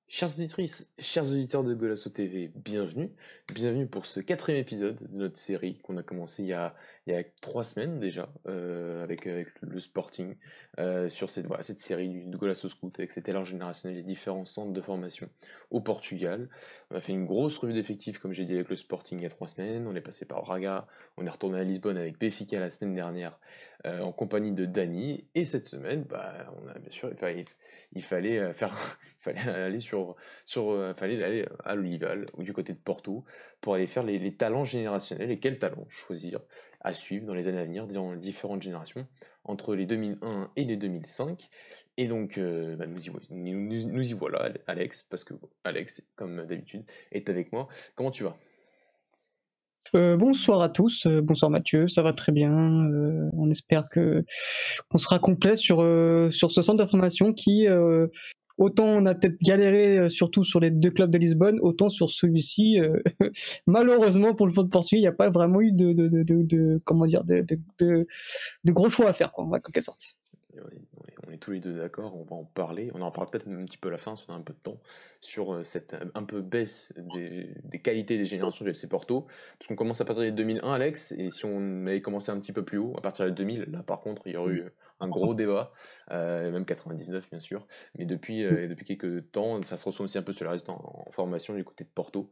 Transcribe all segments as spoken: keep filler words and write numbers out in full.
Chères auditrices, chers auditeurs de Golasso T V, bienvenue. Bienvenue pour ce quatrième épisode de notre série qu'on a commencé il y a, il y a trois semaines déjà euh, avec, avec le Sporting euh, sur cette, voilà, cette série du, de Golasso Scout avec cet élan générationnel des différents centres de formation au Portugal. On a fait une grosse revue d'effectifs comme j'ai dit avec le Sporting il y a trois semaines. On est passé par Braga, on est retourné à Lisbonne avec Benfica la semaine dernière euh, en compagnie de Dani. Et cette semaine, bah, on a bien sûr, il fallait, il fallait euh, faire il fallait aller sur, sur euh, fallait aller à l'Olival ou du côté de Porto pour aller faire les, les talents générationnels et quels talents choisir à suivre dans les années à venir dans les différentes générations entre les deux mille un et les deux mille cinq. Et donc euh, bah, nous, y, vo- nous, nous- nous y voilà, Alex, parce que Alex, comme d'habitude, est avec moi. Comment tu vas? Euh, bonsoir à tous, euh, bonsoir Mathieu, ça va très bien. Euh, on espère que qu'on sera complet sur euh, sur ce centre d'information qui euh, autant on a peut-être galéré euh, surtout sur les deux clubs de Lisbonne, autant sur celui-ci euh, malheureusement pour le foot portugais, il n'y a pas vraiment eu de de, de, de, de- comment dire de, de, de, de gros choix à faire quoi, en quelque sorte. On est, on est- on est tous les deux d'accord, on va en parler. On en parle peut-être même un petit peu à la fin si on a un peu de temps sur euh, cette euh, un peu baisse des, des qualités des générations du F C Porto. Parce qu'on commence à partir de deux mille un, Alex, et si on avait commencé un petit peu plus haut, à partir de deux mille, là par contre, il y aurait eu un gros débat, euh, même quatre-vingt-dix-neuf bien sûr. Mais depuis, euh, depuis quelques temps, ça se ressent aussi un peu sur le reste en, en formation du côté de Porto.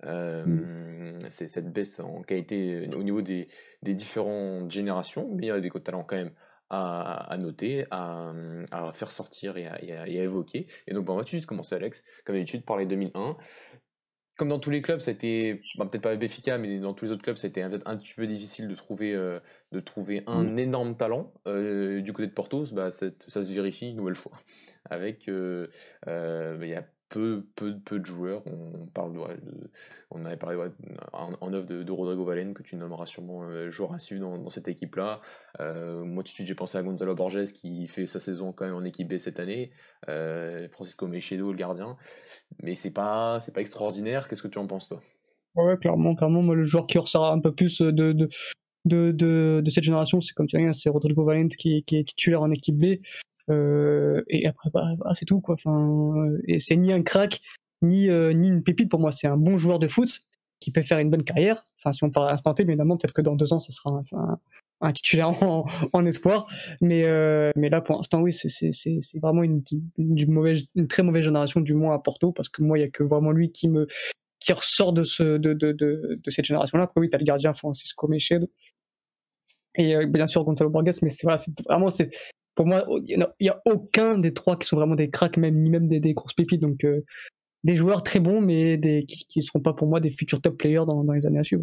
Euh, c'est cette baisse en qualité euh, au niveau des, des différentes générations, mais il y a des talents quand même à, à noter, à, à faire sortir et à, et à- et à évoquer. Et donc, bah, on va tout de suite commencer, Alex, comme d'habitude, par les deux mille un. Comme dans tous les clubs, ça a été, bah, peut-être pas Benfica, mais dans tous les autres clubs, ça a été un, un petit peu difficile de trouver, euh, de trouver un énorme talent. Euh, du côté de Porto, bah, ça, ça se vérifie une nouvelle fois. Avec, euh, euh, bah, il y a peu, peu, peu de joueurs. On, on parle de, ouais, de- on avait parlé ouais, en, en off de, de Rodrigo Valène, que tu nommeras sûrement euh, joueur à suivre dans, dans cette équipe-là. Euh, moi, tout de suite, j'ai pensé à Gonzalo Borges, qui fait sa saison quand même en équipe B cette année. Euh, Francisco Meiredo, le gardien. Mais c'est pas, c'est pas extraordinaire. Qu'est-ce que tu en penses, toi? Ouais, ouais, clairement, clairement, moi le joueur qui ressort un peu plus de de de, de, de cette génération, c'est comme tu dis, c'est Rodrigo Valente qui, qui est titulaire en équipe B. Euh, et après, bah, bah, c'est tout quoi. Enfin, euh, et c'est ni un crack, ni euh, ni une pépite pour moi. C'est un bon joueur de foot qui peut faire une bonne carrière. Enfin, si on parle à l'instant T, bien évidemment, peut-être que dans deux ans, ce sera un, enfin, un titulaire en, en espoir. Mais euh, mais là, pour l'instant, oui, c'est c'est c'est c'est vraiment une, une mauvaise, une très mauvaise génération du moins à Porto, parce que moi, il y a que vraiment lui qui me qui ressort de ce de de de, de cette génération-là. Après, oui, t'as le gardien Francisco Meiredo et euh, bien sûr Gonzalo Borges, mais c'est voilà, c'est vraiment c'est pour moi il y, a, y a aucun des trois qui sont vraiment des cracks, même ni même des, des grosses pépites. Donc euh, des joueurs très bons, mais des qui, qui seront pas pour moi des futurs top players dans, dans les années à suivre.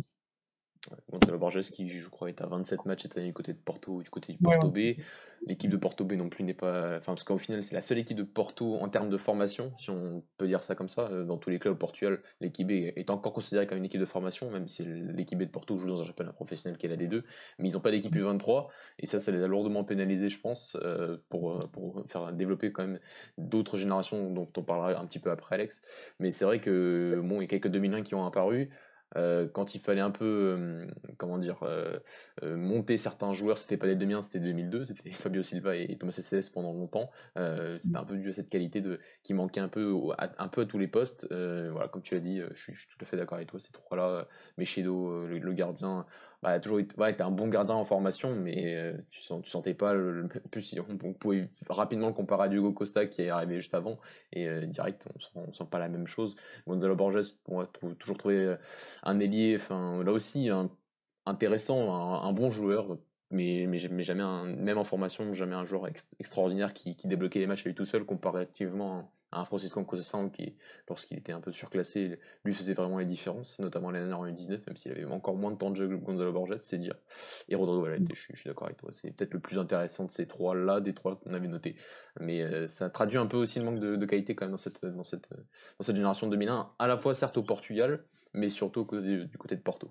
Gonzalo Borges qui, je crois, est à vingt-sept matchs cette année du côté de Porto, du côté du Ouais, Porto B. L'équipe de Porto B non plus n'est pas. Enfin, parce qu'au final, c'est la seule équipe de Porto en termes de formation, si on peut dire ça comme ça. Euh, Dans tous les clubs au Portugal, l'équipe B est encore considérée comme une équipe de formation, même si l'équipe B de Porto joue dans un championnat professionnel qui est la D deux. Mais ils n'ont pas d'équipe U vingt-trois, et ça, ça les a lourdement pénalisés, je pense, euh, pour, pour faire développer quand même d'autres générations dont on parlera un petit peu après, Alex. Mais c'est vrai que, bon, il y a quelques deux mille un qui ont apparu. Euh, quand il fallait un peu, euh, comment dire, euh, euh, monter certains joueurs, c'était pas les deux mille un, c'était deux mille deux, c'était Fabio Silva et Thomas Cesseres pendant longtemps. Euh, c'était un peu dû à cette qualité de, qui manquait un peu, au- à, un peu à tous les postes. Euh, voilà, comme tu l'as dit, euh, je suis, je suis tout à fait d'accord avec toi. Ces trois-là, euh, Meiredo, euh, le, le gardien, bah, a toujours été, ouais, était un bon gardien en formation, mais euh, tu, sens, tu sentais pas. Le, le- en plus, on, on pouvait rapidement le comparer à Diogo Costa qui est arrivé juste avant, et euh, direct, on sent, on sent pas la même chose. Gonzalo Borges, on a trou- toujours trouvé euh, un ailier, enfin là aussi un- intéressant, un, un bon joueur, mais, mais, mais jamais un, même en formation, jamais un joueur ex- extraordinaire qui, qui débloquait les matchs à lui tout seul comparativement à un Francisco Conceição qui, lorsqu'il était un peu surclassé, lui faisait vraiment les différences, notamment l'année dernière en U dix-neuf, même s'il avait encore moins de temps de jeu que Gonzalo Borges, c'est dire. Et Rodrigo Valente, je, suis je suis d'accord avec toi, c'est peut-être le plus intéressant de ces trois-là, des trois qu'on avait notés. Mais euh, ça traduit un peu aussi le manque de, de qualité quand même dans cette, dans cette, dans cette génération de deux mille un, à la fois certes au Portugal, mais surtout que du, du côté de Porto.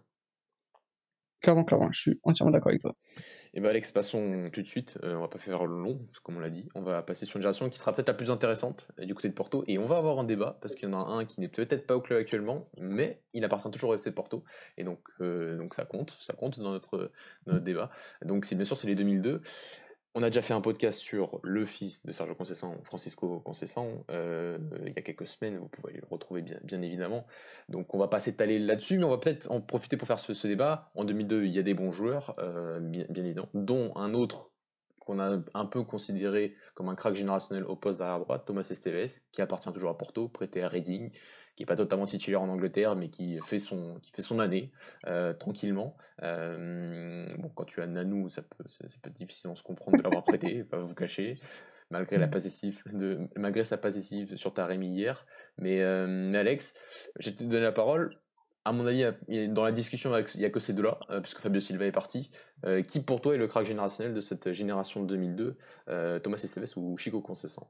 Clairement, clairement, je suis entièrement d'accord avec toi. Et bien Alex, passons tout de suite, euh, on va pas faire long, comme on l'a dit, on va passer sur une génération qui sera peut-être la plus intéressante euh, du côté de Porto, et on va avoir un débat, parce qu'il y en a un qui n'est peut-être pas au club actuellement, mais il appartient toujours au F C de Porto, et donc, euh, donc ça compte, ça compte dans notre, dans notre débat. Donc c'est bien sûr c'est les deux mille deux. On a déjà fait un podcast sur le fils de Sergio Conceição, Francisco Conceição, euh, il y a quelques semaines, vous pouvez le retrouver bien, bien évidemment. Donc on va pas s'étaler là-dessus, mais on va peut-être en profiter pour faire ce, ce débat. En deux mille deux, il y a des bons joueurs, euh, bien, bien évidemment, dont un autre qu'on a un peu considéré comme un crack générationnel au poste d'arrière droite, Thomas Esteves, qui appartient toujours à Porto, prêté à Reading, qui n'est pas totalement titulaire en Angleterre, mais qui fait son, qui fait son année euh, tranquillement. Euh, bon, quand tu as Nanou, ça peut, ça, ça peut difficilement se comprendre de l'avoir prêté, pas vous cacher, malgré la passe décisive de, malgré sa passe décisive sur Taremi hier. Mais, euh, mais Alex, je vais te donner la parole. À mon avis, dans la discussion, il n'y a que ces deux-là, euh, puisque Fabio Silva est parti. Euh, qui pour toi est le crack générationnel de cette génération de deux mille deux, euh, Thomas Esteves ou Chico Conceição?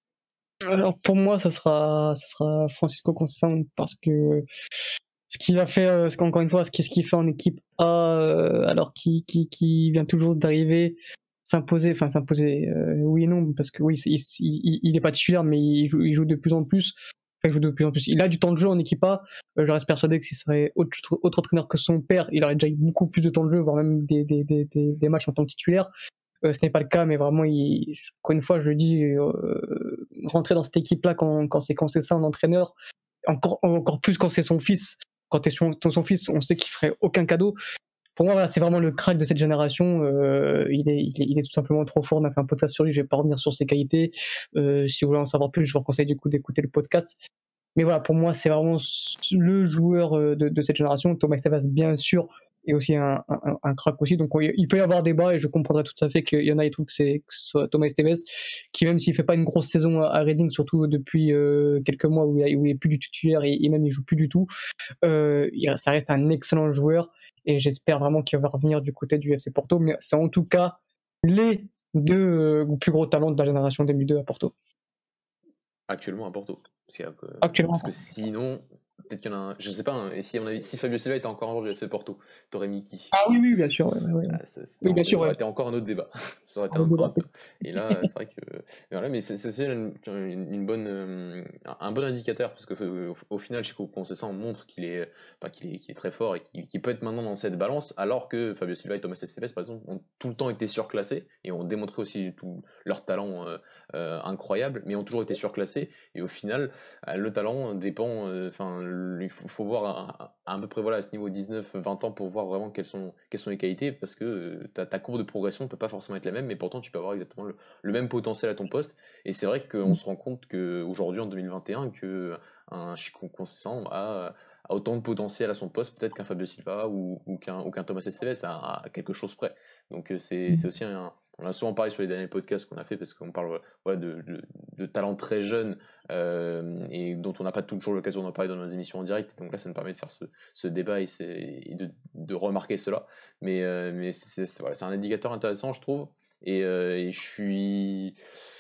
Alors pour moi, ça sera, ça sera Francisco Conceição parce que ce qu'il a fait, euh, encore une fois, ce qu'il fait en équipe A, euh, alors qu'il qui, qui vient toujours d'arriver, s'imposer, enfin s'imposer, euh, oui et non, parce que oui, il, il, il est pas titulaire, mais il joue, il joue de plus en plus. Enfin, il joue de plus en plus. Il a du temps de jeu en équipe A. Euh, je reste persuadé que s'il serait autre, autre entraîneur que son père, il aurait déjà eu beaucoup plus de temps de jeu, voire même des, des, des, des, des matchs en tant que titulaire. Euh, ce n'est pas le cas, mais vraiment, il, encore une fois, je le dis, euh, rentrer dans cette équipe-là quand, quand c'est quand c'est ça un entraîneur, encore, encore plus quand c'est son fils. Quand t'es son, son fils, on sait qu'il ferait aucun cadeau. Pour moi, voilà, c'est vraiment le crack de cette génération. Euh, il, est, il, est, il est tout simplement trop fort. On a fait un podcast sur lui. Je vais pas revenir sur ses qualités. Euh, si vous voulez en savoir plus, je vous conseille du coup d'écouter le podcast. Mais voilà, pour moi, c'est vraiment le joueur de, de cette génération. Thomas Esteves, bien sûr, est aussi un, un, un crack aussi. Donc, il peut y avoir débat et je comprendrais tout à fait qu'il y en a qui trouvent que c'est que ce soit Thomas Esteves, qui même s'il fait pas une grosse saison à Reading, surtout depuis euh, quelques mois où il, a, où il est plus du titulaire et, et même il joue plus du tout, euh, ça reste un excellent joueur et j'espère vraiment qu'il va revenir du côté du F C Porto. Mais c'est en tout cas les deux euh, plus gros talents de la génération deux mille deux à Porto. Actuellement à Porto. Parce, qu'il y a que... Actuellement. Parce que sinon, peut-être qu'il y en a un. Je sais pas, hein, et si, on avait... si Fabio Silva était encore un joueur du F C Porto, t'aurais mis qui? Ah oui, oui, bien sûr. Ouais, ouais. Ah, ça, oui, bien en... sûr, ça aurait ouais. été encore un autre débat. ça aurait été Ah, encore débat, un... Et là, c'est vrai que. Voilà, mais c'est, c'est une, une, une bonne, euh, un bon indicateur, parce qu'au au, au final, Chico Conceição montre qu'il est, enfin, qu'il est, qu'il est très fort et qu'il, qu'il peut être maintenant dans cette balance, alors que Fabio Silva et Thomas Esteves, par exemple, ont tout le temps été surclassés et ont démontré aussi tout leur talent euh, euh, incroyable, mais ont toujours été surclassés. Et au final, le talent dépend. Enfin, euh, il faut, faut voir à, à, à peu près voilà, à ce niveau dix-neuf vingt ans pour voir vraiment quelles sont, quelles sont les qualités, parce que euh, ta, ta courbe de progression ne peut pas forcément être la même, mais pourtant tu peux avoir exactement le, le même potentiel à ton poste. Et c'est vrai qu'on se rend compte qu'aujourd'hui, en deux mille vingt et un, qu'un Chico Conceição a, a autant de potentiel à son poste, peut-être qu'un Fabio Silva ou, ou qu'un, ou qu'un Thomas Esteves, à, à quelque chose près. Donc c'est, c'est aussi un. On a souvent parlé sur les derniers podcasts qu'on a fait parce qu'on parle voilà, de, de, de talents très jeunes euh, et dont on n'a pas toujours l'occasion d'en parler dans nos émissions en direct. Donc là, ça nous permet de faire ce, ce débat et, et de, de, remarquer cela. Mais, euh, mais c'est, c'est, voilà, c'est un indicateur intéressant, je trouve. Et, euh, et je suis.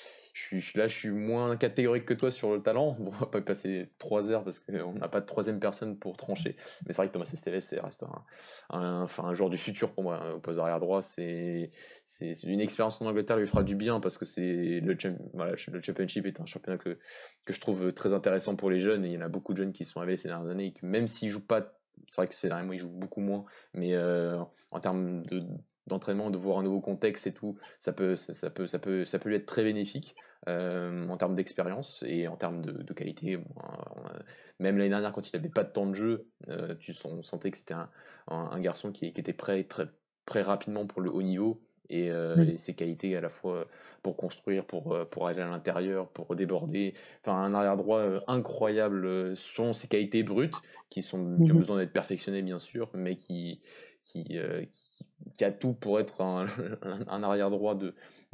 Je suis, là, je suis moins catégorique que toi sur le talent. Bon, on va pas passer trois heures parce qu'on n'a pas de troisième personne pour trancher. Mais c'est vrai que Thomas Esteves reste un, un, enfin, un joueur du futur pour moi. Au poste d'arrière droit, c'est, c'est, c'est une expérience en Angleterre lui fera du bien parce que c'est le, voilà, le Championship est un championnat que, que je trouve très intéressant pour les jeunes. Et il y en a beaucoup de jeunes qui se sont révélés ces dernières années et que même s'ils jouent pas, c'est vrai que ces derniers mois ils jouent beaucoup moins, mais euh, en termes de d'entraînement, de voir un nouveau contexte et tout, ça peut, ça, ça peut, ça peut, ça peut lui être très bénéfique euh, en termes d'expérience et en termes de, de qualité. Bon, euh, même l'année dernière, quand il n'avait pas de temps de jeu, euh, tu sens, sentais que c'était un, un, un garçon qui, qui était prêt très, très rapidement pour le haut niveau. Et, euh, mm. et ses qualités à la fois pour construire, pour, pour aller à l'intérieur, pour déborder. Enfin, un arrière-droit euh, incroyable sont ses qualités brutes qui, sont, mm-hmm. qui ont besoin d'être perfectionnées, bien sûr, mais qui, qui, euh, qui, qui a tout pour être un, un, un arrière-droit de,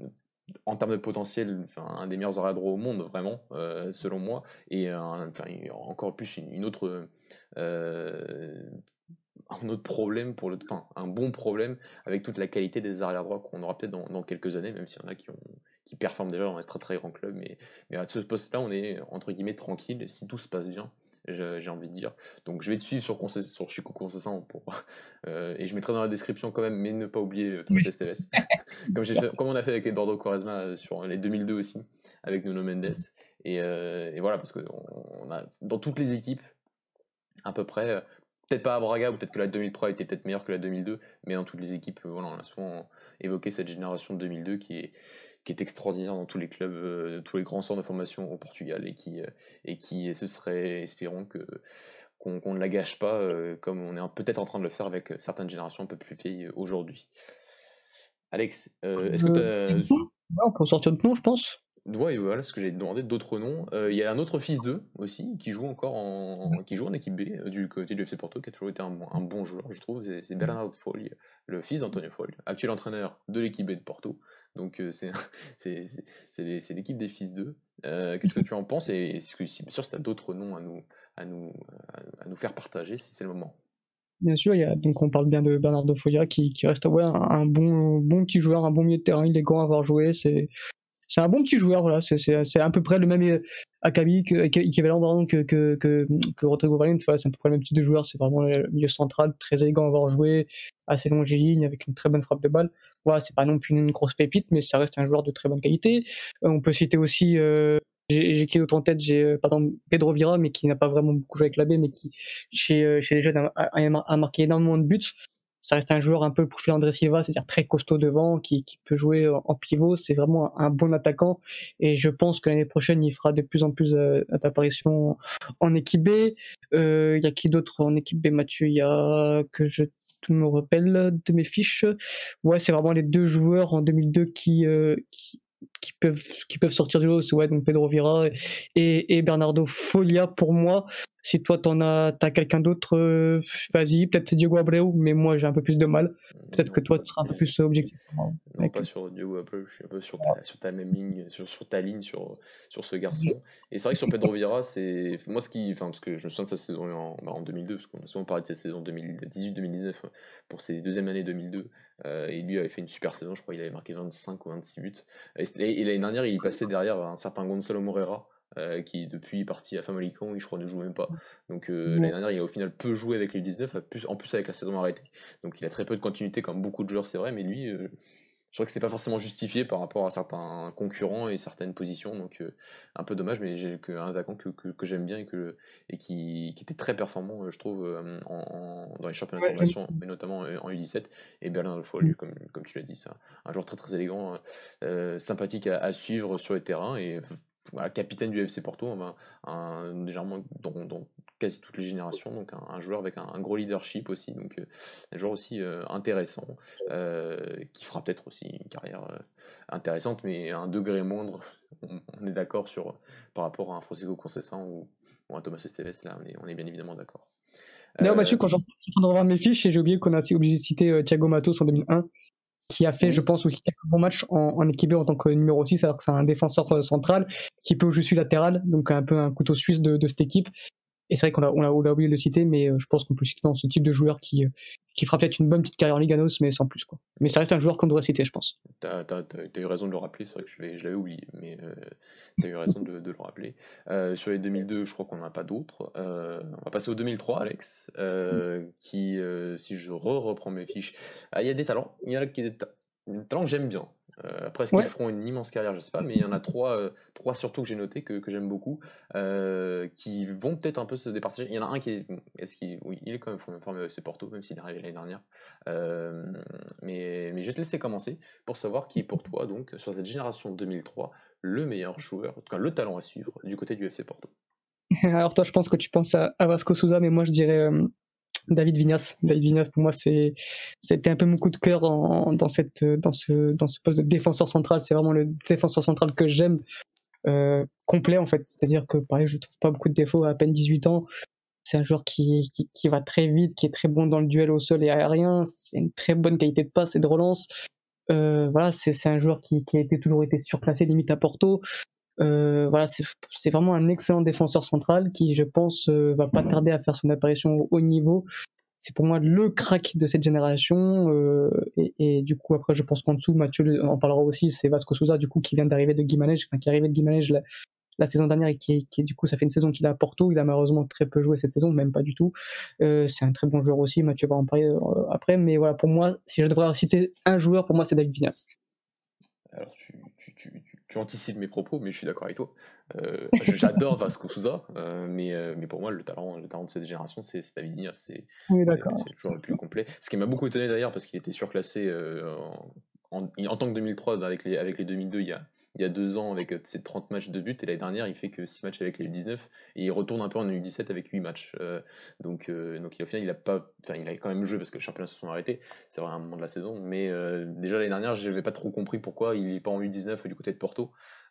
en termes de potentiel, enfin, un des meilleurs arrière-droits au monde, vraiment, euh, selon moi, et un, enfin, encore plus une, une autre. Euh, un autre problème pour le enfin, un bon problème avec toute la qualité des arrière droits qu'on aura peut-être dans, dans quelques années, même s'il y en a qui ont qui performent déjà dans un très très grand club, mais, mais à ce poste là on est entre guillemets tranquille si tout se passe bien, j'ai, j'ai envie de dire. Donc je vais te suivre sur, Conceição, sur Chico Conceição pour euh, et je mettrai dans la description quand même, mais ne pas oublier Thomas Esteves comme, j'ai fait, comme on a fait avec Eduardo Quaresma sur les deux mille deux aussi avec Nuno Mendes et, euh, et voilà parce que on, on a dans toutes les équipes à peu près, peut-être pas à Braga, ou peut-être que la deux mille trois était peut-être meilleure que la deux mille deux, mais dans toutes les équipes, voilà, on a souvent évoquer cette génération de deux mille deux qui est, qui est extraordinaire dans tous les clubs, euh, tous les grands centres de formation au Portugal et qui, euh, et qui ce serait, espérons que qu'on qu'on ne la gâche pas euh, comme on est peut-être en train de le faire avec certaines générations un peu plus vieilles aujourd'hui. Alex, euh, est-ce que tu Euh, as... ouais, on peut sortir de nom, je pense. Ouais, voilà ce que j'ai demandé, d'autres noms. Euh, Il y a un autre fils d'eux aussi, qui joue encore en, qui joue en équipe B euh, du côté du F C Porto, qui a toujours été un, bon- un bon joueur, je trouve. C'est c'est Bernardo Folli, le fils d'Antonio Folli, actuel entraîneur de l'équipe B de Porto. Donc euh, c'est c'est c'est- c'est les- c'est l'équipe des fils d'eux. Euh, Qu'est-ce que tu en penses? Et est-ce que, si, bien sûr, si tu as d'autres noms à nous, à nous, à nous faire partager, si c'est le moment. Bien sûr, il y a, donc on parle bien de Bernardo Foglia qui, qui reste ouais, un, un bon, bon petit joueur, un bon milieu de terrain, il est grand à avoir joué, c'est c'est un bon petit joueur, voilà, c'est c'est c'est à peu près le même euh, acabit que, que- équivalent pardon, que, que, que, que Rodrigo Valente, voilà, c'est à peu près le même type de joueur, c'est vraiment le milieu central, très élégant à avoir joué, assez longiligne, avec une très bonne frappe de balle. Voilà, c'est pas non plus une grosse pépite, mais ça reste un joueur de très bonne qualité. Euh, on peut citer aussi, euh, j'ai j'ai qui d'autre en tête, j'ai euh, pardon, Pedro Vira, mais qui n'a pas vraiment beaucoup joué avec la B, mais qui, chez, euh, chez les jeunes, a, a- a marqué énormément de buts. Ça reste un joueur un peu le profil André Silva, c'est-à-dire très costaud devant, qui, qui peut jouer en pivot. C'est vraiment un, un bon attaquant. Et je pense que l'année prochaine, il fera de plus en plus euh, d'apparitions en équipe B. Euh, Il y a qui d'autre en équipe B, Mathieu? Il y a que je me rappelle de mes fiches. Ouais, c'est vraiment les deux joueurs en deux mille deux qui, euh, qui, qui peuvent, qui peuvent sortir du lot. C'est ouais, donc Pedro Vira et, et Bernardo Foglia pour moi. Si toi t'en as, t'as quelqu'un d'autre, euh, vas-y, peut-être c'est Diogo Abreu, mais moi j'ai un peu plus de mal. Peut-être que Non, toi pas, tu seras un peu plus objectif. non, Avec pas lui. sur Diogo Apple, je suis un peu sur ta, sur ta même ligne, sur, sur ta ligne, sur, sur ce garçon. Et c'est vrai que sur Pedro Vieira, c'est. Moi, ce qui. Enfin, parce que je me souviens de sa saison en, bah, en deux mille deux, parce qu'on a souvent parlé de sa saison deux mille dix-huit deux mille dix-neuf pour ses deuxième année deux mille deux. Euh, et lui avait fait une super saison, je crois qu'il avait marqué vingt-cinq ou vingt-six buts. Et, et- et l'année dernière, il passait derrière un certain Gonzalo Moreira. Euh, qui depuis est parti à Famalicão, il je crois ne joue même pas. Donc euh, l'année dernière, il a au final peu joué avec les U dix-neuf, plus- en plus avec la saison arrêtée. Donc il a très peu de continuité comme beaucoup de joueurs, c'est vrai, mais lui, euh, je crois que c'était pas forcément justifié par rapport à certains concurrents et certaines positions, donc euh, un peu dommage, mais j'ai que- un attaquant que, que, que j'aime bien et, que, et qui, qui était très performant, euh, je trouve, euh, en, en- dans les championnats de Ouais, j'aime. formation, et notamment euh, en U dix-sept, et Berlin Follier, comme, comme tu l'as dit, c'est un, un joueur très très élégant, euh, sympathique à, à suivre sur le terrain, et voilà, capitaine du F C Porto, un, un- légèrement dans, dans quasi toutes les générations, donc un, un joueur avec un, un gros leadership aussi, donc euh, un joueur aussi euh, intéressant, euh, qui fera peut-être aussi une carrière euh, intéressante, mais à un degré moindre, on, on est d'accord sur par rapport à un Francisco Conceição ou, ou un Thomas Esteves, là, on est, on est bien évidemment d'accord. D'ailleurs, Euh, Mathieu, quand je suis en train de revoir mes fiches, et j'ai oublié qu'on a aussi obligé de citer euh, Thiago Matos en deux mille un, qui a fait, je oui, pense, aussi quelques bons matchs en, en équipe B en tant que numéro six, alors que c'est un défenseur euh, central qui peut jouer juste latéral, donc un peu un couteau suisse de, de cette équipe. Et c'est vrai qu'on a, on a, on a oublié de le citer, mais euh, je pense qu'on peut citer dans ce type de joueur qui, euh, qui fera peut-être une bonne petite carrière en Liga N O S, mais sans plus, quoi. Mais ça reste un joueur qu'on devrait citer, je pense. t'as, t'as- t'as- t'as eu raison de le rappeler, c'est vrai que je l'avais, je l'avais oublié, mais euh, t'as eu raison de, de le rappeler. Euh, sur les deux mille deux, je crois qu'on n'en a pas d'autres. Euh, on va passer au deux mille trois, Alex, euh, qui, euh, si je re-reprends mes fiches, ah, il y a des talents, il y en a qui des, ta- des talents que j'aime bien. Euh, après, est-ce qu'ils Ouais, feront une immense carrière, je sais pas, mais il y en a trois, euh, trois surtout que j'ai noté que, que j'aime beaucoup, euh, qui vont peut-être un peu se départager. Il y en a un qui est, est-ce qu'il, oui, il est quand même formé formé au F C Porto, même s'il est arrivé l'année dernière. Euh, mais, mais je vais te laisser commencer pour savoir qui est pour toi, donc, sur cette génération deux mille trois, le meilleur joueur, en tout cas le talent à suivre du côté du F C Porto. alors toi, je pense que tu penses à, à Vasco Souza, mais moi, je dirais euh, David Vignas. David Vignas, pour moi, c'est, c'était un peu mon coup de cœur en- dans, cette, dans, ce, dans ce poste de défenseur central. C'est vraiment le défenseur central que j'aime, euh, complet, en fait. C'est-à-dire que, pareil, je trouve pas beaucoup de défauts à à peine dix-huit ans. C'est un joueur qui, qui, qui va très vite, qui est très bon dans le duel au sol et aérien. C'est une très bonne qualité de passe et de relance. Euh, voilà, c'est, c'est un joueur qui, qui a été, toujours été surclassé limite à Porto. Euh, voilà, c'est, c'est vraiment un excellent défenseur central qui, je pense, euh, va pas tarder à faire son apparition au haut niveau. C'est pour moi le crack de cette génération. Euh, et, et du coup, après, je pense qu'en dessous, Mathieu en parlera aussi, c'est Vasco Souza, du coup, qui vient d'arriver de Guimarães, enfin, qui est arrivé de Guimarães la, la saison dernière et qui, qui, du coup, ça fait une saison qu'il est à Porto. Il a malheureusement très peu joué cette saison, même pas du tout. Euh, c'est un très bon joueur aussi. Mathieu va en parler euh, après. Mais voilà, pour moi, si je devrais citer un joueur, pour moi, c'est David Vignas. Alors, tu, tu, tu, tu- tu anticipes mes propos, mais je suis d'accord avec toi. Euh, je- j'adore Vasco Souza, euh, mais, euh, mais pour moi, le talent, le talent de cette génération, c'est c'est David Vignas, c'est Oui, c'est- d'accord. c'est le joueur le plus complet. Ce qui m'a beaucoup étonné d'ailleurs, parce qu'il était surclassé euh, en, en, en tant que deux mille trois, avec les, avec les deux mille deux, il y a, il y a deux ans, avec ses trente matchs de but, et l'année dernière, il fait que six matchs avec les U dix-neuf, et il retourne un peu en U dix-sept avec huit matchs. Euh, donc, euh, donc au final, il a pas, enfin, il a quand même joué parce que les championnats se sont arrêtés, c'est vrai à un moment de la saison, mais euh, déjà l'année dernière, je n'avais pas trop compris pourquoi il n'est pas en U dix-neuf du côté de Porto.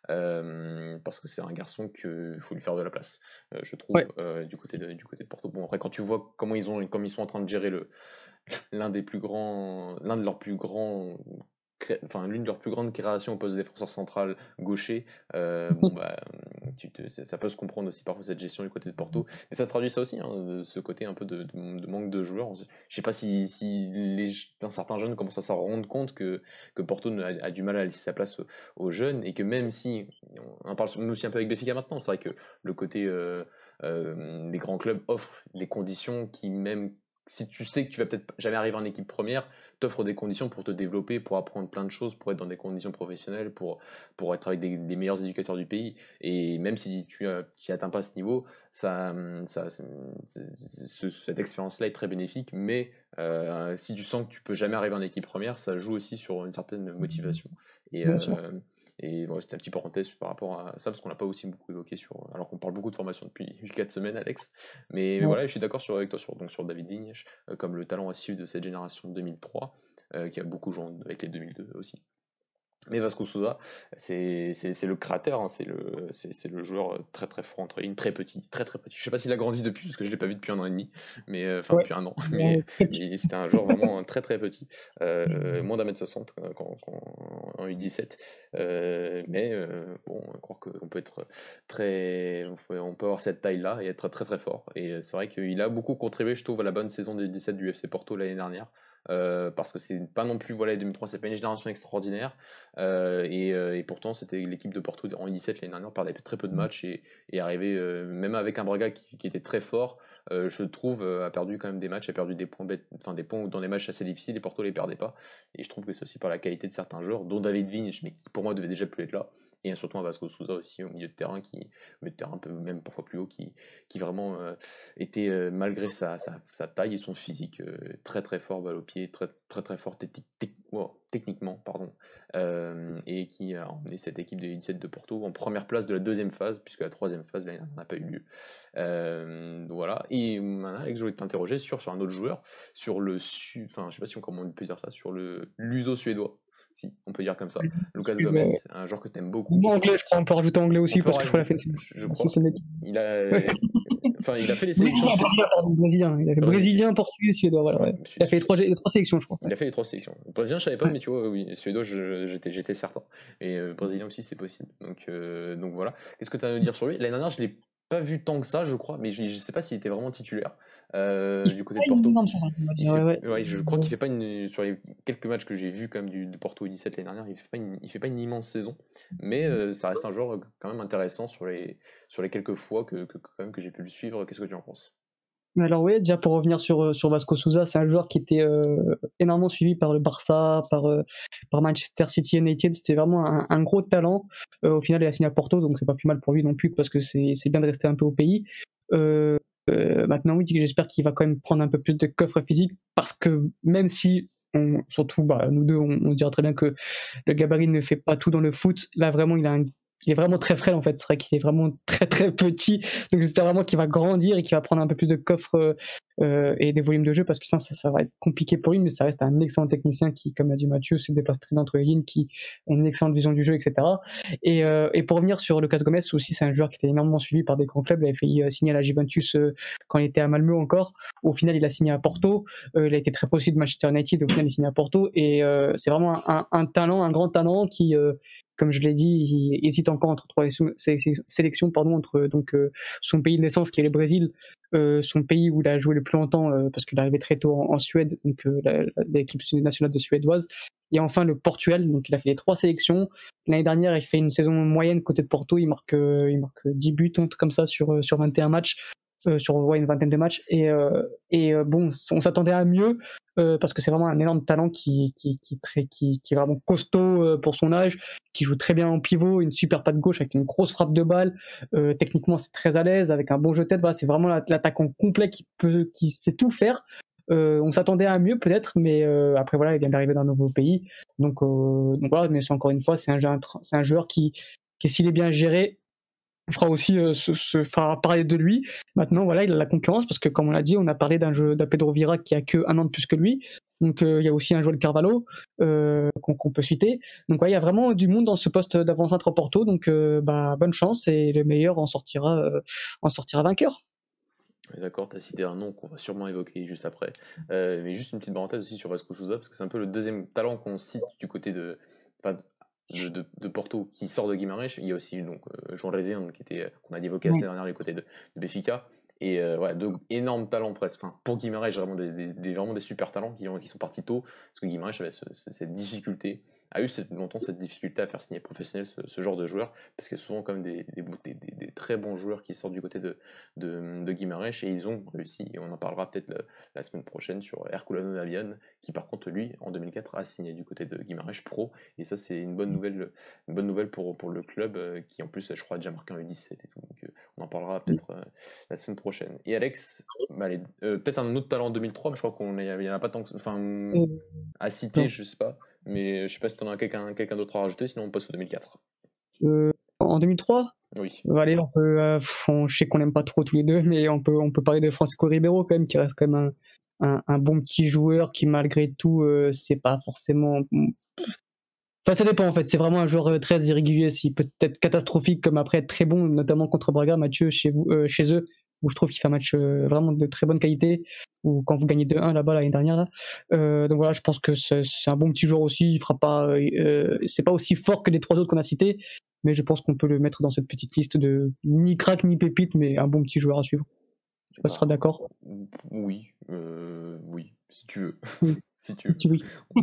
Euh, parce que c'est un garçon qu'il faut lui faire de la place, euh, je trouve, Ouais. euh, du, côté de, du côté de Porto. Bon, après, quand tu vois comment ils, ont, comme ils sont en train de gérer le, l'un des plus grands, l'un de leurs plus grands, cré- enfin l'une de leurs plus grandes créations au poste de défenseur central gaucher, euh, bon bah tu te, ça ça peut se comprendre aussi parfois cette gestion du côté de Porto, mais ça se traduit ça aussi, hein, de ce côté un peu de, de- de manque de joueurs. Je sais pas si, si les, un certain jeune commence à s'en rendre compte que, que Porto a, a du mal à laisser sa place aux, aux jeunes, et que même si on en parle aussi un peu avec Benfica maintenant, c'est vrai que le côté euh, euh, des grands clubs offrent des conditions qui, même si tu sais que tu vas peut-être jamais arriver en équipe première, t'offre des conditions pour te développer, pour apprendre plein de choses, pour être dans des conditions professionnelles, pour, pour être avec des, des meilleurs éducateurs du pays. Et même si tu n'atteins pas ce niveau, ça, ça, c'est- c'est- ce- cette expérience-là est très bénéfique, mais euh, si tu sens que tu peux jamais arriver en équipe première, ça joue aussi sur une certaine motivation. Et, Bien sûr. euh, et bon, c'était un petit parenthèse par rapport à ça, parce qu'on l'a pas aussi beaucoup évoqué, sur, alors qu'on parle beaucoup de formation depuis quatre semaines, Alex. Mais, mais Ouais. voilà, je suis d'accord sur, avec toi sur, donc sur David Digne, euh, comme le talent à suivre de cette génération de deux mille trois, euh, qui a beaucoup joué avec les deux mille deux aussi. Mais Vasco Souza, c'est c'est- c'est le créateur, hein, c'est le, c'est c'est le joueur très très fort entre lignes, très petit, très très petit. Je sais pas s'il a grandi depuis, parce que je l'ai pas vu depuis un an et demi, mais euh, enfin Ouais. depuis un an, Ouais. mais, mais c'était un joueur vraiment très très petit, euh, moins d'un mètre soixante euh, quand, quand- en U dix-sept. Euh, mais euh, bon, on croire qu'on peut être très, on peut, on peut avoir cette taille-là et être très très fort. Et c'est vrai qu'il a beaucoup contribué, je trouve, à la bonne saison de U dix-sept du F C Porto l'année dernière. Euh, parce que c'est pas non plus, voilà, les deux mille trois, c'est pas une génération extraordinaire, euh, et, euh, et pourtant c'était l'équipe de Porto en U dix-sept l'année dernière, perdait très peu de matchs, et, et arrivait, euh, même avec un Braga qui, qui était très fort, euh, je trouve, euh, a perdu quand même des matchs, a perdu des points, bêtes, enfin des points dans des matchs assez difficiles, et Porto les perdait pas. Et je trouve que c'est aussi par la qualité de certains joueurs, dont David Vignes, mais qui pour moi devait déjà plus être là, et surtout un Vasco Souza aussi au milieu de terrain, qui, au milieu de terrain un peu même parfois plus haut, qui, qui vraiment euh, était, euh, malgré sa, sa, sa taille et son physique, euh, très très fort balle au pied, très très très fort technique, tec- wow, techniquement, pardon, euh, et qui a emmené cette équipe de U dix-sept de Porto en première place de la deuxième phase, puisque la troisième phase l'année dernière n'a pas eu lieu. Euh, voilà. Et maintenant, Alex, je voulais t'interroger sur, sur un autre joueur, sur le su, enfin, je sais pas si on, comment on peut dire ça, sur le l'uso suédois, si on peut dire comme ça. Lucas Gomes, Ouais. un joueur que tu aimes beaucoup. Ou anglais, je crois, on peut rajouter anglais On aussi, peut parce que je crois qu'il a rajouter, fait je, je c'est crois, ce mec. il a, Ouais. enfin, il a fait les sélections Brésilien, suédoises. brésilien, pardon, brésilien. Il a fait Brésil- brésilien, portugais, suédois, voilà, Ouais, ouais. su- Il a fait les su- trois, les trois sélections, je crois. Il a fait les trois sélections. Brésilien, je savais pas, Ouais. mais tu vois, oui, suédois, je- j'étais, j'étais certain. Et euh, brésilien aussi, c'est possible. Donc, euh, donc voilà. Qu'est-ce que tu as à nous dire sur lui? L'année dernière, je l'ai pas vu tant que ça, je crois, mais je, je sais pas s'il était vraiment titulaire euh, Il fait du côté pas de une Porto. énorme saison, on va Il dire, fait, ouais, ouais. ouais, je crois qu'il fait pas une, sur les quelques matchs que j'ai vus quand même du, de Porto U dix-sept l'année dernière, il fait pas une, il fait pas une immense saison, mais euh, ça reste un joueur quand même intéressant sur les, sur les quelques fois que, que, quand même, que j'ai pu le suivre. Qu'est-ce que tu en penses? Alors oui, déjà pour revenir sur, euh, sur Vasco Souza, c'est un joueur qui était euh, énormément suivi par le Barça, par, euh, par Manchester City United. C'était vraiment un, un gros talent. Euh, au final, il a signé à Porto, donc c'est pas plus mal pour lui non plus, parce que c'est c'est bien de rester un peu au pays. Euh, euh, maintenant, oui, j'espère qu'il va quand même prendre un peu plus de coffre physique, parce que même si, on, surtout bah, nous deux, on, on dira très bien que le gabarit ne fait pas tout dans le foot, là vraiment, il a un il est vraiment très frêle en fait, c'est vrai qu'il est vraiment très très petit, donc j'espère vraiment qu'il va grandir et qu'il va prendre un peu plus de coffre euh, et des volumes de jeu, parce que sinon ça, ça va être compliqué pour lui, mais ça reste un excellent technicien qui, comme l'a dit Mathieu, se déplace très bien entre les lignes, qui a une excellente vision du jeu, et cetera. Et, euh, et pour revenir sur Lucas Gomes aussi, c'est un joueur qui était énormément suivi par des grands clubs, il avait failli euh, signer à la Juventus euh, quand il était à Malmö encore, au final il a signé à Porto, euh, il a été très proche de Manchester United, au final il a signé à Porto, et euh, c'est vraiment un, un, un talent, un grand talent qui... Euh, comme je l'ai dit, il hésite encore entre trois sélections, pardon, entre donc euh, son pays de naissance qui est le Brésil, euh, son pays où il a joué le plus longtemps euh, parce qu'il est arrivé très tôt en, en Suède, donc euh, l'équipe nationale de suédoise, et enfin le Portugal, donc il a fait les trois sélections. L'année dernière, il fait une saison moyenne côté de Porto, il marque, euh, il marque dix buts, un truc comme ça sur, sur vingt et un matchs. Euh, sur ouais, une vingtaine de matchs, et, euh, et euh, bon, on s'attendait à mieux euh, parce que c'est vraiment un énorme talent qui, qui, qui, très, qui, qui est vraiment costaud euh, pour son âge, qui joue très bien en pivot, une super patte gauche avec une grosse frappe de balle, euh, techniquement c'est très à l'aise, avec un bon jeu de tête, voilà, c'est vraiment l'attaquant complet qui, peut, qui sait tout faire. Euh, on s'attendait à un mieux peut-être, mais euh, après voilà, il vient d'arriver dans un nouveau pays, donc, euh, donc voilà. Mais c'est encore une fois, c'est un, jeu- c'est un joueur qui, qui s'il est bien géré, fera aussi euh, se, se fera parler de lui. Maintenant, voilà, il a la concurrence parce que, comme on l'a dit, on a parlé d'un jeu d'un Pedro Vieira qui a que un an de plus que lui. Donc, euh, il y a aussi un Joel Carvalho euh, qu'on, qu'on peut citer. Donc, ouais, il y a vraiment du monde dans ce poste d'avant-centre à Porto. Donc, euh, bah, bonne chance et le meilleur en sortira, euh, en sortira vainqueur. D'accord, tu as cité un nom qu'on va sûrement évoquer juste après. Euh, mais juste une petite parenthèse aussi sur Vasco Souza, parce que c'est un peu le deuxième talent qu'on cite du côté de, enfin, de, de, de Porto qui sort de Guimarães. Il y a aussi donc, euh, João Rezende qui était, qu'on a évoqué la Oui. semaine dernière du côté de, de Benfica. Et euh, ouais, deux énormes talents presque. Enfin, pour Guimarães, vraiment des, des, des- vraiment des super talents qui, ont, qui sont partis tôt, parce que Guimarães avait ce- ce- cette difficulté, a eu cette, longtemps cette difficulté à faire signer professionnel ce, ce genre de joueurs, parce qu'il y a souvent quand même des, des, des, des- des très bons joueurs qui sortent du côté de, de, de Guimarães, et ils ont réussi, et on en parlera peut-être la, la semaine prochaine sur Herculano Navian, qui par contre lui, en deux mille quatre, a signé du côté de Guimarães Pro, et ça c'est une bonne nouvelle, une bonne nouvelle pour, pour le club, euh, qui en plus, je crois, a déjà marqué un U dix-sept et tout, donc euh, on en parlera peut-être euh, la semaine prochaine. Et Alex, bah, allez, euh, peut-être un autre talent en deux mille trois, mais je crois qu'on n'y en a pas tant que, enfin, Euh, à citer, je sais pas, mais je sais pas si t'en as quelqu'un quelqu'un d'autre à rajouter, sinon on passe au deux mille quatre. euh, en deux mille trois, Oui. allez, on peut, euh, on, je sais qu'on n'aime pas trop tous les deux, mais on peut, on peut parler de Francisco Ribeiro quand même, qui reste quand même un, un, un bon petit joueur qui malgré tout, euh, c'est pas forcément. Enfin, ça dépend en fait. C'est vraiment un joueur euh, très irrégulier. Il peut être catastrophique comme après être très bon, notamment contre Braga, Mathieu, chez vous, euh, chez eux, où je trouve qu'il fait un match euh, vraiment de très bonne qualité. Ou quand vous gagnez deux un là-bas l'année dernière. Là. Euh, donc voilà, je pense que c'est, c'est un bon petit joueur aussi. Il fera pas, euh, c'est pas aussi fort que les trois autres qu'on a cités, mais je pense qu'on peut le mettre dans cette petite liste de ni crack ni pépite, mais un bon petit joueur à suivre. Je sais pas si tu seras Bah, d'accord. oui, euh, oui, si tu veux. Oui, Si tu veux. oui.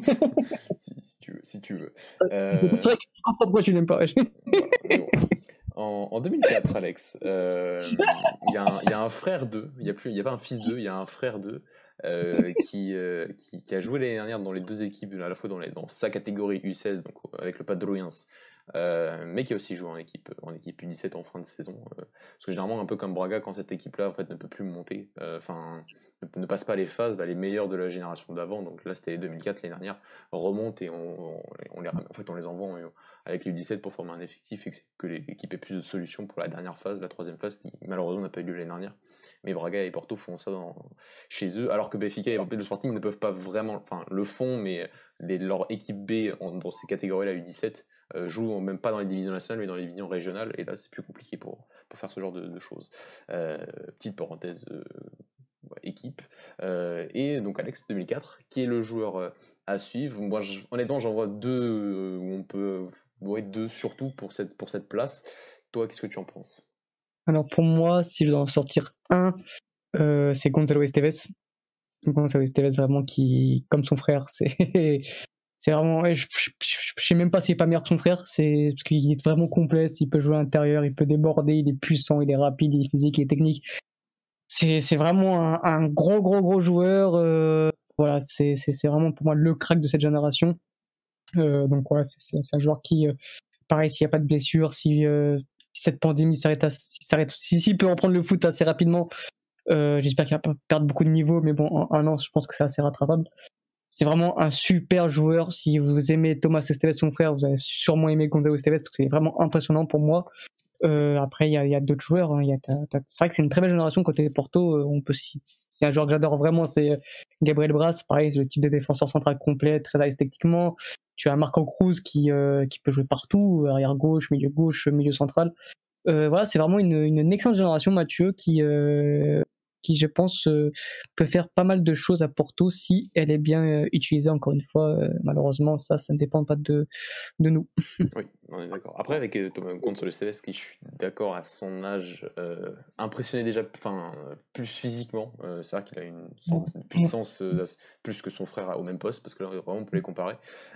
si, si tu veux, si tu veux. C'est Euh, vrai que je comprends pourquoi tu l'aimes pas. voilà, mais bon. En, en deux mille quatre, Alex, euh, il y, a un- il y a un frère d'eux, il n'y a, plus- il y a pas un fils d'eux, il y a un frère d'eux euh, qui, euh, qui, qui a joué l'année dernière dans les deux équipes, à la fois dans, les- dans sa catégorie U seize, donc avec le Padroiens, euh, mais qui a aussi joué en équipe, en équipe U dix-sept en fin de saison. euh, parce que généralement, un peu comme Braga, quand cette équipe-là en fait, ne peut plus monter, euh, enfin, ne, ne passe pas les phases, bah, les meilleurs de la génération d'avant, donc là c'était les deux mille quatre l'année dernière, remontent et on, on- on les, ram- en fait, on les envoie en- avec les U dix-sept pour former un effectif et que, c'est- que l'équipe ait plus de solutions pour la dernière phase, la troisième phase, qui malheureusement n'a pas eu lieu l'année dernière. Mais Braga et Porto font ça dans, chez eux, alors que Benfica et le Sporting ne peuvent pas vraiment, enfin le font, mais les, leur équipe B en- dans ces catégories-là U dix-sept euh, joue même pas dans les divisions nationales, mais dans les divisions régionales, et là c'est plus compliqué pour, pour faire ce genre de, de choses. Euh, petite parenthèse euh, ouais, équipe. Euh, et donc Alex deux mille quatre, qui est le joueur euh, à suivre. Moi, je- honnêtement, j'en vois deux euh, où on peut, ouais, deux surtout pour cette, pour cette place. Toi, qu'est-ce que tu en penses? Alors pour moi, si je dois en sortir un, euh, c'est Gonzalo Esteves. Gonzalo Esteves vraiment qui, comme son frère, c'est c'est vraiment, ouais, je, je, je, je sais même pas s'il est pas meilleur que son frère, c'est parce qu'il est vraiment complet, il peut jouer à l'intérieur, il peut déborder, il est puissant, il est rapide, il est physique, il est technique. C'est c'est vraiment un, un gros gros gros joueur. Euh, voilà, c'est c'est c'est vraiment pour moi le crack de cette génération. Euh, donc voilà, c'est c'est c'est un joueur qui, euh, pareil, s'il n'y a pas de blessure, si, euh, si cette pandémie s'arrête, à- si, s'arrête- si, s'il peut reprendre le foot assez rapidement, euh, j'espère qu'il va pas perdre beaucoup de niveau, mais bon, en un an, je pense que c'est assez rattrapable. C'est vraiment un super joueur. Si vous aimez Thomas Esteves, son frère, vous allez sûrement aimer Gonzalo Esteves, parce qu'il est vraiment impressionnant pour moi. Euh, après, il y a, y a d'autres joueurs. Hein. Y a, t'as, t'as... C'est vrai que c'est une très belle génération côté Porto. Euh, on peut, c'est un joueur que j'adore vraiment, c'est Gabriel Bras. Pareil, le type de défenseur central complet, très à l'aise techniquement. Tu as Marco Cruz qui, euh, qui peut jouer partout, arrière gauche, milieu gauche, milieu central. Euh, voilà, c'est vraiment une, une excellente génération, Mathieu, qui, euh, qui je pense, euh, peut faire pas mal de choses à Porto si elle est bien euh, utilisée. Encore une fois, euh, malheureusement, ça, ça ne dépend pas de, de nous. Oui, on est d'accord. Après, avec euh, Thomas Gonzalo Esteves, qui je suis d'accord à son âge, euh, impressionné déjà, enfin, euh, plus physiquement. Euh, c'est vrai qu'il a une sorte de puissance euh, plus que son frère au même poste, parce que là, vraiment, on peut les comparer.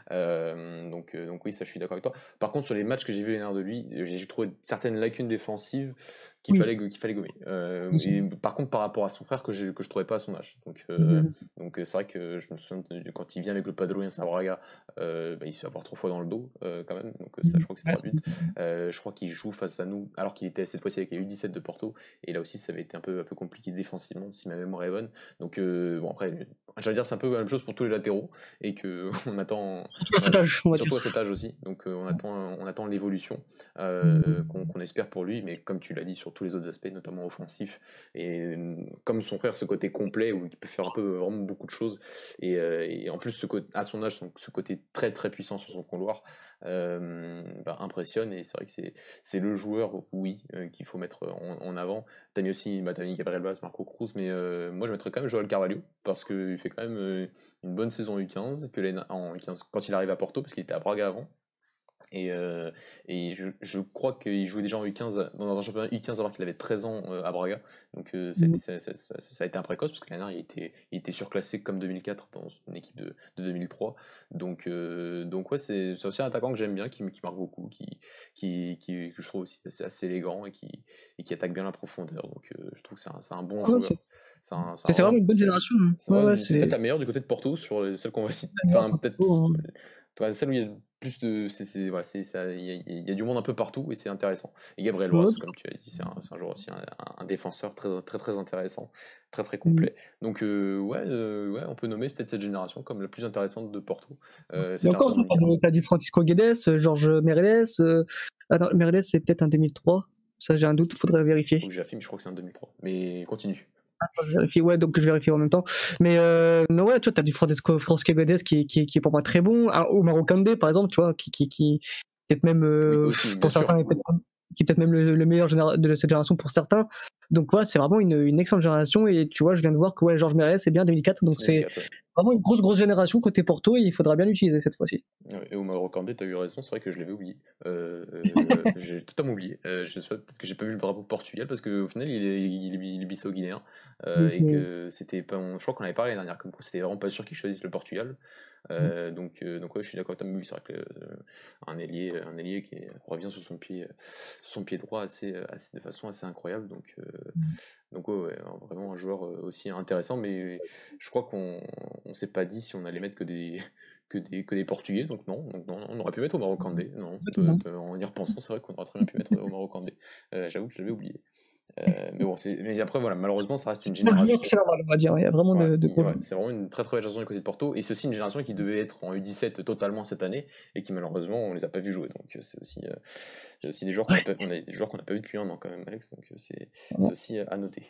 Euh, donc, euh, donc oui, ça, je suis d'accord avec toi. Par contre, sur les matchs que j'ai vus l'année dernière de lui, j'ai trouvé certaines lacunes défensives qu'il Oui. fallait, qu'il fallait gommer. Euh, et par contre, par rapport à son frère, que, j'ai, que je trouvais pas à son âge. Donc, euh, Mhm. donc euh, c'est vrai que je me souviens de, quand il vient avec le Padroiens à Braga, euh, bah, il se fait avoir trois fois dans le dos euh, quand même. Donc ça, je crois que c'est Ouais, trois buts. Euh, je crois qu'il joue face à nous alors qu'il était cette fois-ci avec les U dix-sept de Porto, et là aussi ça avait été un peu, un peu compliqué défensivement, si ma mémoire est bonne. Donc euh, bon après, j'allais dire c'est un peu la même chose pour tous les latéraux, et que on attend... Surtout à cet âge, on va dire. Surtout à cet âge aussi, donc euh, on attend, on attend l'évolution euh, qu'on qu'on espère pour lui, mais comme tu l'as dit, sur tous les autres aspects, notamment offensifs, et euh, comme son frère, ce côté complet où il peut faire un peu vraiment beaucoup de choses, et, euh, et en plus ce côté, à son âge, son- ce côté très très puissant sur son couloir euh, bah, impressionne, et c'est vrai que c'est c'est le joueur, oui, euh, qu'il faut mettre en, en avant. T'as mis aussi bah, t'as mis Gabriel Vaz, Marco Cruz, mais euh, moi je mettrais quand même Joël Carvalho, parce qu'il fait quand même euh, une bonne saison U quinze, que l'année- en U quinze quand il arrive à Porto, parce qu'il était à Braga avant. Et, euh, et je, je crois qu'il jouait déjà en U quinze, dans un championnat U quinze alors qu'il avait treize ans euh, à Braga. Donc euh, ça, a été, ça, ça- ça- ça a été un précoce, parce que l'année dernière il était, il était surclassé comme deux mille quatre dans une équipe de, de deux mille trois. Donc, euh, donc ouais, c'est c'est aussi un attaquant que j'aime bien, qui, qui marque beaucoup, qui, qui, qui- que je trouve aussi assez, assez élégant, et qui, et qui attaque bien la profondeur. Donc euh, je trouve que c'est un, c'est un bon Ah ouais, joueur. c'est C'est un- c'est un c'est vraiment vraiment une bonne génération. Hein. c'est Ouais, ouais, ouais, c'est peut-être c'est la meilleure du côté de Porto sur les- celles qu'on va citer. la meilleure Enfin, peut-être compo, hein. toi, celle où il y a le plus de. c'est c'est- voilà, c'est- ça- il y, a il y a du monde un peu partout, et c'est intéressant. Et Gabriel Ouais, Loas, comme tu as dit, c'est un, c'est un joueur aussi, un, un défenseur très, très très intéressant, très très mm. complet. Donc, euh, ouais, euh, ouais, on peut nommer peut-être cette génération comme la plus intéressante de Porto. Euh, Et cette encore, génération ça, t'as du, deux mille quarante. t'as du Francisco Guedes, euh, Georges Meireles. Euh... Attends, Meireles, c'est peut-être un deux mille trois. Ça, j'ai un doute, faudrait Faut vérifier. que j'affirme, je crois que c'est en deux mille trois. Mais continue. Attends, je vérifie. Ouais, donc je vérifie en même temps. Mais euh, non, ouais, tu vois, t'as du Francisco, Francisco Guedes qui, qui, qui est pour moi très bon. Un Omar Kandé, par exemple, tu vois, qui, qui, qui peut-être même, Oui, euh, aussi, bien pour sûr. certains, est peut-être, qui est peut-être même le, le meilleur généra- de cette génération pour certains. Donc, ouais, c'est vraiment une, une excellente génération. Et tu vois, je viens de voir que ouais, Georges Meireles, c'est bien deux mille quatre. Donc, C'est c'est deux mille quatre, ouais. vraiment une grosse, grosse génération côté Porto, et il faudra bien l'utiliser cette fois-ci. Ouais, et Omar Kandé, t'as eu raison, c'est vrai que je l'avais oublié. Euh, euh, j'ai totalement oublié. Euh, je sais pas, peut-être que j'ai pas vu le drapeau Portugal, parce qu'au final il est, il est, il est bissau-guinéen, euh, Donc, et euh, que c'était pas. Je crois qu'on avait parlé l'année dernière, comme quoi c'était vraiment pas sûr qu'ils choisissent le Portugal. Euh, donc, euh, donc ouais, je suis d'accord avec toi, mais oui, c'est vrai que euh, un ailier, un ailier qui est- revient sur son pied, sur son pied droit assez, assez- de façon assez incroyable. Donc, euh, donc ouais, ouais, vraiment un joueur euh, aussi intéressant, mais je crois qu'on on s'est pas dit si on allait mettre que des que des, que des Portugais, donc non, donc non, on aurait pu mettre Omar Kandé, non, de- non. de- en y repensant, c'est vrai qu'on aurait très bien pu mettre Omar Kandé. Euh, j'avoue que je l'avais oublié. Euh, mais bon, c'est, mais après, voilà, malheureusement, ça reste une Bon joueur génération. qui c'est normal, on va dire. Il y a vraiment Ouais, de, de il- gros ouais, joueurs. c'est vraiment une très très belle génération du côté de Porto, et c'est aussi une génération qui devait être en U dix-sept totalement cette année, et qui malheureusement on les a pas vus jouer. Donc euh, c'est aussi, euh, c'est aussi des joueurs qu'on a Ouais. pas, on a des joueurs qu'on n'a pas vu depuis un an quand même, Alex. Donc euh, c'est, c'est Vraiment. aussi euh, à noter.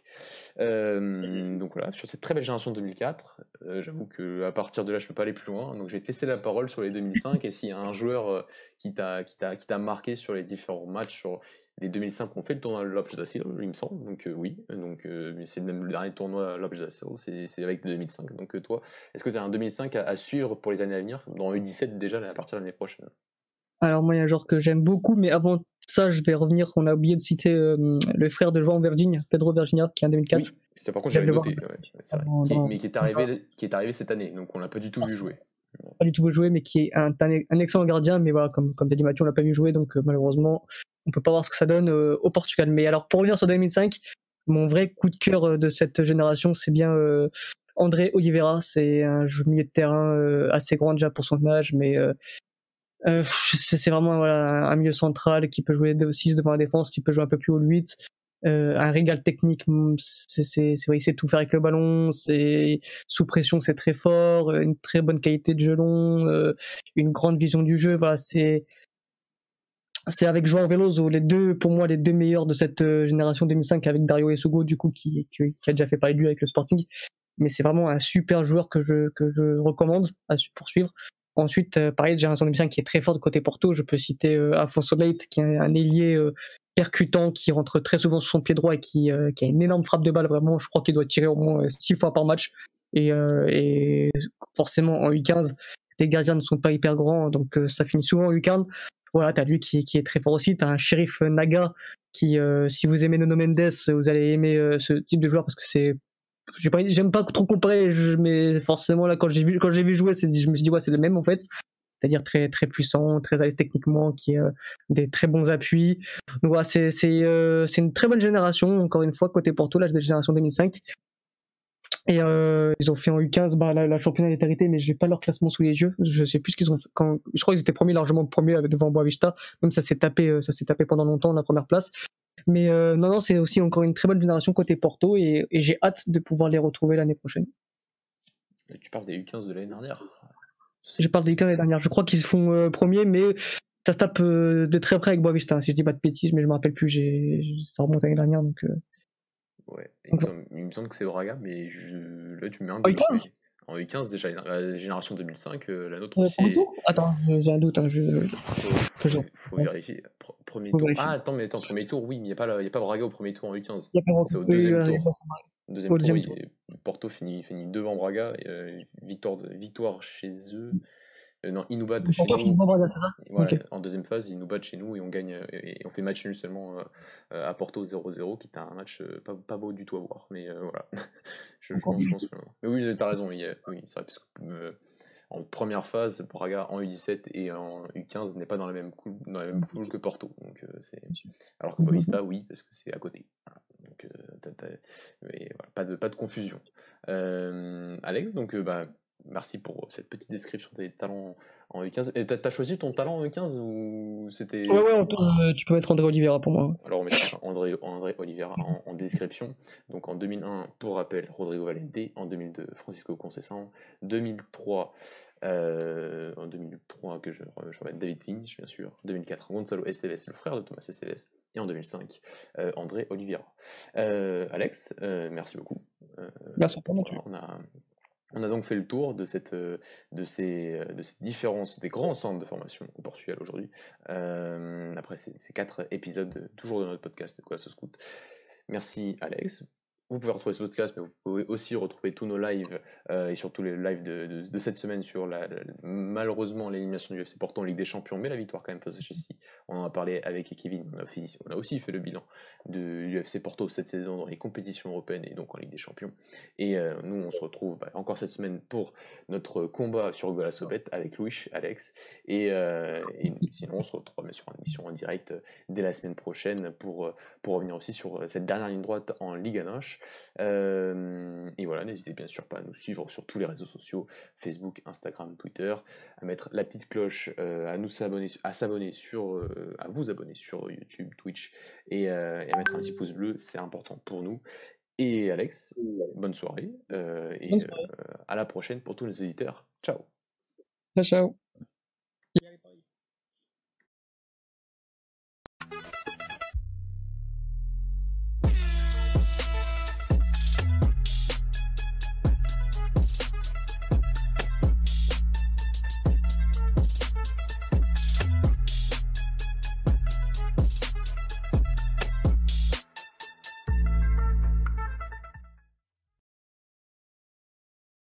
Euh, donc voilà, sur cette très belle génération de deux mille quatre, euh, j'avoue que à partir de là je peux pas aller plus loin. Donc je vais te laisser la parole sur les deux mille cinq, et s'il y a un joueur euh, qui t'a qui t'a qui t'a marqué sur les différents matchs, sur les deux mille cinq ont fait le tournoi Lopes da Silva, il me semble, donc euh, oui, donc euh, mais c'est même le dernier tournoi Lopes da Silva, c'est c'est avec deux mille cinq. Donc euh, toi, est-ce que tu as un deux mille cinq à, à suivre pour les années à venir, dans U dix-sept déjà à partir de l'année prochaine? Alors moi, il y a un joueur que j'aime beaucoup, mais avant ça, je vais revenir. On a oublié de citer euh, le frère de João Virginia, Pedro Virginia, qui est en deux mille quatre. Oui, c'était par contre J'aime j'avais le voir noté, ouais, c'est vrai. dans, Qui est- dans, mais qui est dans- arrivé qui est arrivé cette année, donc on l'a pas du tout vu jouer. pas du tout vu jouer, mais qui est un, un, un excellent gardien. Mais voilà, comme, comme t'as dit Mathieu, on l'a pas vu jouer, donc euh, malheureusement, on peut pas voir ce que ça donne euh, au Portugal. Mais alors, pour revenir sur deux mille cinq, mon vrai coup de cœur euh, de cette génération, c'est bien euh, André Oliveira. C'est un milieu de terrain euh, assez grand déjà pour son âge, mais euh, euh, c'est c'est vraiment voilà, un milieu central qui peut jouer de six devant la défense, qui peut jouer un peu plus haut le huit. Euh, un régal technique, c'est, c'est, c'est, ouais, il sait tout faire avec le ballon, c'est, sous pression c'est très fort, une très bonne qualité de jeu long, euh, une grande vision du jeu, voilà, c'est, c'est avec João Veloso, les deux, pour moi, les deux meilleurs de cette euh, génération deux mille cinq, avec Dario Essugo, du coup, qui, qui, qui a déjà fait parler de lui avec le Sporting, mais c'est vraiment un super joueur que je, que je recommande à poursuivre. Ensuite, euh, pareil, génération deux mille cinq qui est très forte côté Porto, je peux citer euh, Afonso Leite, qui est un, un ailier euh, percutant, qui rentre très souvent sur son pied droit et qui, euh, qui a une énorme frappe de balle, vraiment, je crois qu'il doit tirer au moins euh, six fois par match, et, euh, et forcément en U quinze, les gardiens ne sont pas hyper grands, donc euh, ça finit souvent en lucarne. Voilà, t'as lui qui, qui est très fort aussi, t'as un Sheriff Naga, qui, euh, si vous aimez Nuno Mendes, vous allez aimer euh, ce type de joueur, parce que c'est j'ai pas, j'aime pas trop comparer, mais forcément là quand j'ai vu quand j'ai vu jouer, c'est, je me suis dit ouais c'est le même en fait, c'est-à-dire très très puissant, très à l'aise techniquement, qui a euh, des très bons appuis. Donc voilà, c'est c'est euh, c'est une très bonne génération encore une fois côté Porto, là de la génération deux mille cinq. Et euh, ils ont fait en U quinze bah, la, la championnat d'être arrêté, mais j'ai pas leur classement sous les yeux. Je sais plus ce qu'ils ont fait. Quand, je crois qu'ils étaient premiers largement premiers devant Boavista. Même ça s'est tapé, ça s'est tapé pendant longtemps la première place. Mais euh, non, non, c'est aussi encore une très bonne génération côté Porto et, et j'ai hâte de pouvoir les retrouver l'année prochaine. Et tu parles des U quinze de l'année dernière. Je parle des U quinze l'année dernière. Je crois qu'ils se font euh, premiers, mais ça se tape euh, de très près avec Boavista. Si je dis pas de bêtises, mais je me rappelle plus. J'ai, ça remonte à l'année dernière, donc. Euh... Ouais, il me, semble, il me semble que c'est Braga, mais je... là tu me mets un En doute. U quinze Mais en U quinze, déjà, la génération deux mille cinq, euh, la nôtre euh, aussi. Premier Est... tour Attends, j'ai un doute. Hein, je... Faut, faut, je... faut vérifier. Pro- premier Faut tour. vérifier. Ah, attends, mais attends, premier tour, oui, mais il n'y a, pas la- y a pas Braga au premier tour en U quinze. Il y a pas C'est au oui, deuxième euh, tour. au Deuxième tour, deuxième oui. tour. Porto finit, finit devant Braga. Euh, victoire, de, victoire chez eux. Euh, non, ils nous battent chez Porto finit nous. devant Braga, c'est ça? Voilà, Ok. en deuxième phase, ils nous battent chez nous et on gagne euh, et on fait match nul seulement euh, euh, à Porto zéro zéro, qui était un match euh, pas, pas beau du tout à voir. Mais euh, voilà, je, je Encore. pense, je pense que. Mais oui, t'as raison, il y a- oui, c'est vrai, parce que euh, en première phase, Braga en U dix-sept et en U quinze n'est pas dans la même poule, dans la même poule que Porto. Donc, euh, c'est... Alors que Boavista, oui, parce que c'est à côté. Voilà. Donc, euh, t'as- t'as- mais voilà, pas de, pas de confusion. Euh, Alex, donc, euh, bah, merci pour cette petite description des talents en U quinze. Et t'as, t'as choisi ton talent en U quinze ou c'était... Ouais, ouais, on peut- euh, tu peux mettre André Oliveira pour moi. Alors on mettra André, André Oliveira en, en description. Donc en deux mille un, pour rappel, Rodrigo Valente. En deux mille deux, Francisco Conceição. deux mille trois, euh, en deux mille trois que je, je remette David Finch, bien sûr. deux mille quatre, Gonzalo Esteves, le frère de Thomas Esteves. Et en deux mille cinq, euh, André Oliveira. Euh, Alex, euh, merci beaucoup. Euh, Merci pour moi. voilà, on a, on a donc fait le tour de, cette, euh, de, ces, de ces différences des grands centres de formation au Portugal aujourd'hui. Euh, après ces, ces quatre épisodes, euh, toujours de notre podcast de Quoi ce Scout. Merci Alex. Vous pouvez retrouver ce podcast, mais vous pouvez aussi retrouver tous nos lives euh, et surtout les lives de, de, de cette semaine sur la, la- malheureusement l'élimination du F C Porto en Ligue des Champions, mais la victoire quand même face à Chelsea. On en a parlé avec Kevin, on a, fini, on a aussi fait le bilan de, du F C Porto cette saison dans les compétitions européennes et donc en Ligue des Champions. Et euh, nous, on se retrouve bah, encore cette semaine pour notre combat sur Gola Sobet avec Louis, Alex. Et, euh, et sinon, on se retrouve bien sûr en émission en direct dès la semaine prochaine pour, pour revenir aussi sur cette dernière ligne droite en Ligue Anoche. Euh, et voilà, n'hésitez bien sûr pas à nous suivre sur tous les réseaux sociaux, Facebook, Instagram, Twitter, à mettre la petite cloche, euh, à nous s'abonner, à s'abonner sur, euh, à vous abonner sur YouTube, Twitch, et, euh, et à mettre un petit pouce bleu, c'est important pour nous. Et Alex, bonne soirée, euh, et Bonne euh, soirée. à la prochaine pour tous nos éditeurs. Ciao. Ciao, ciao.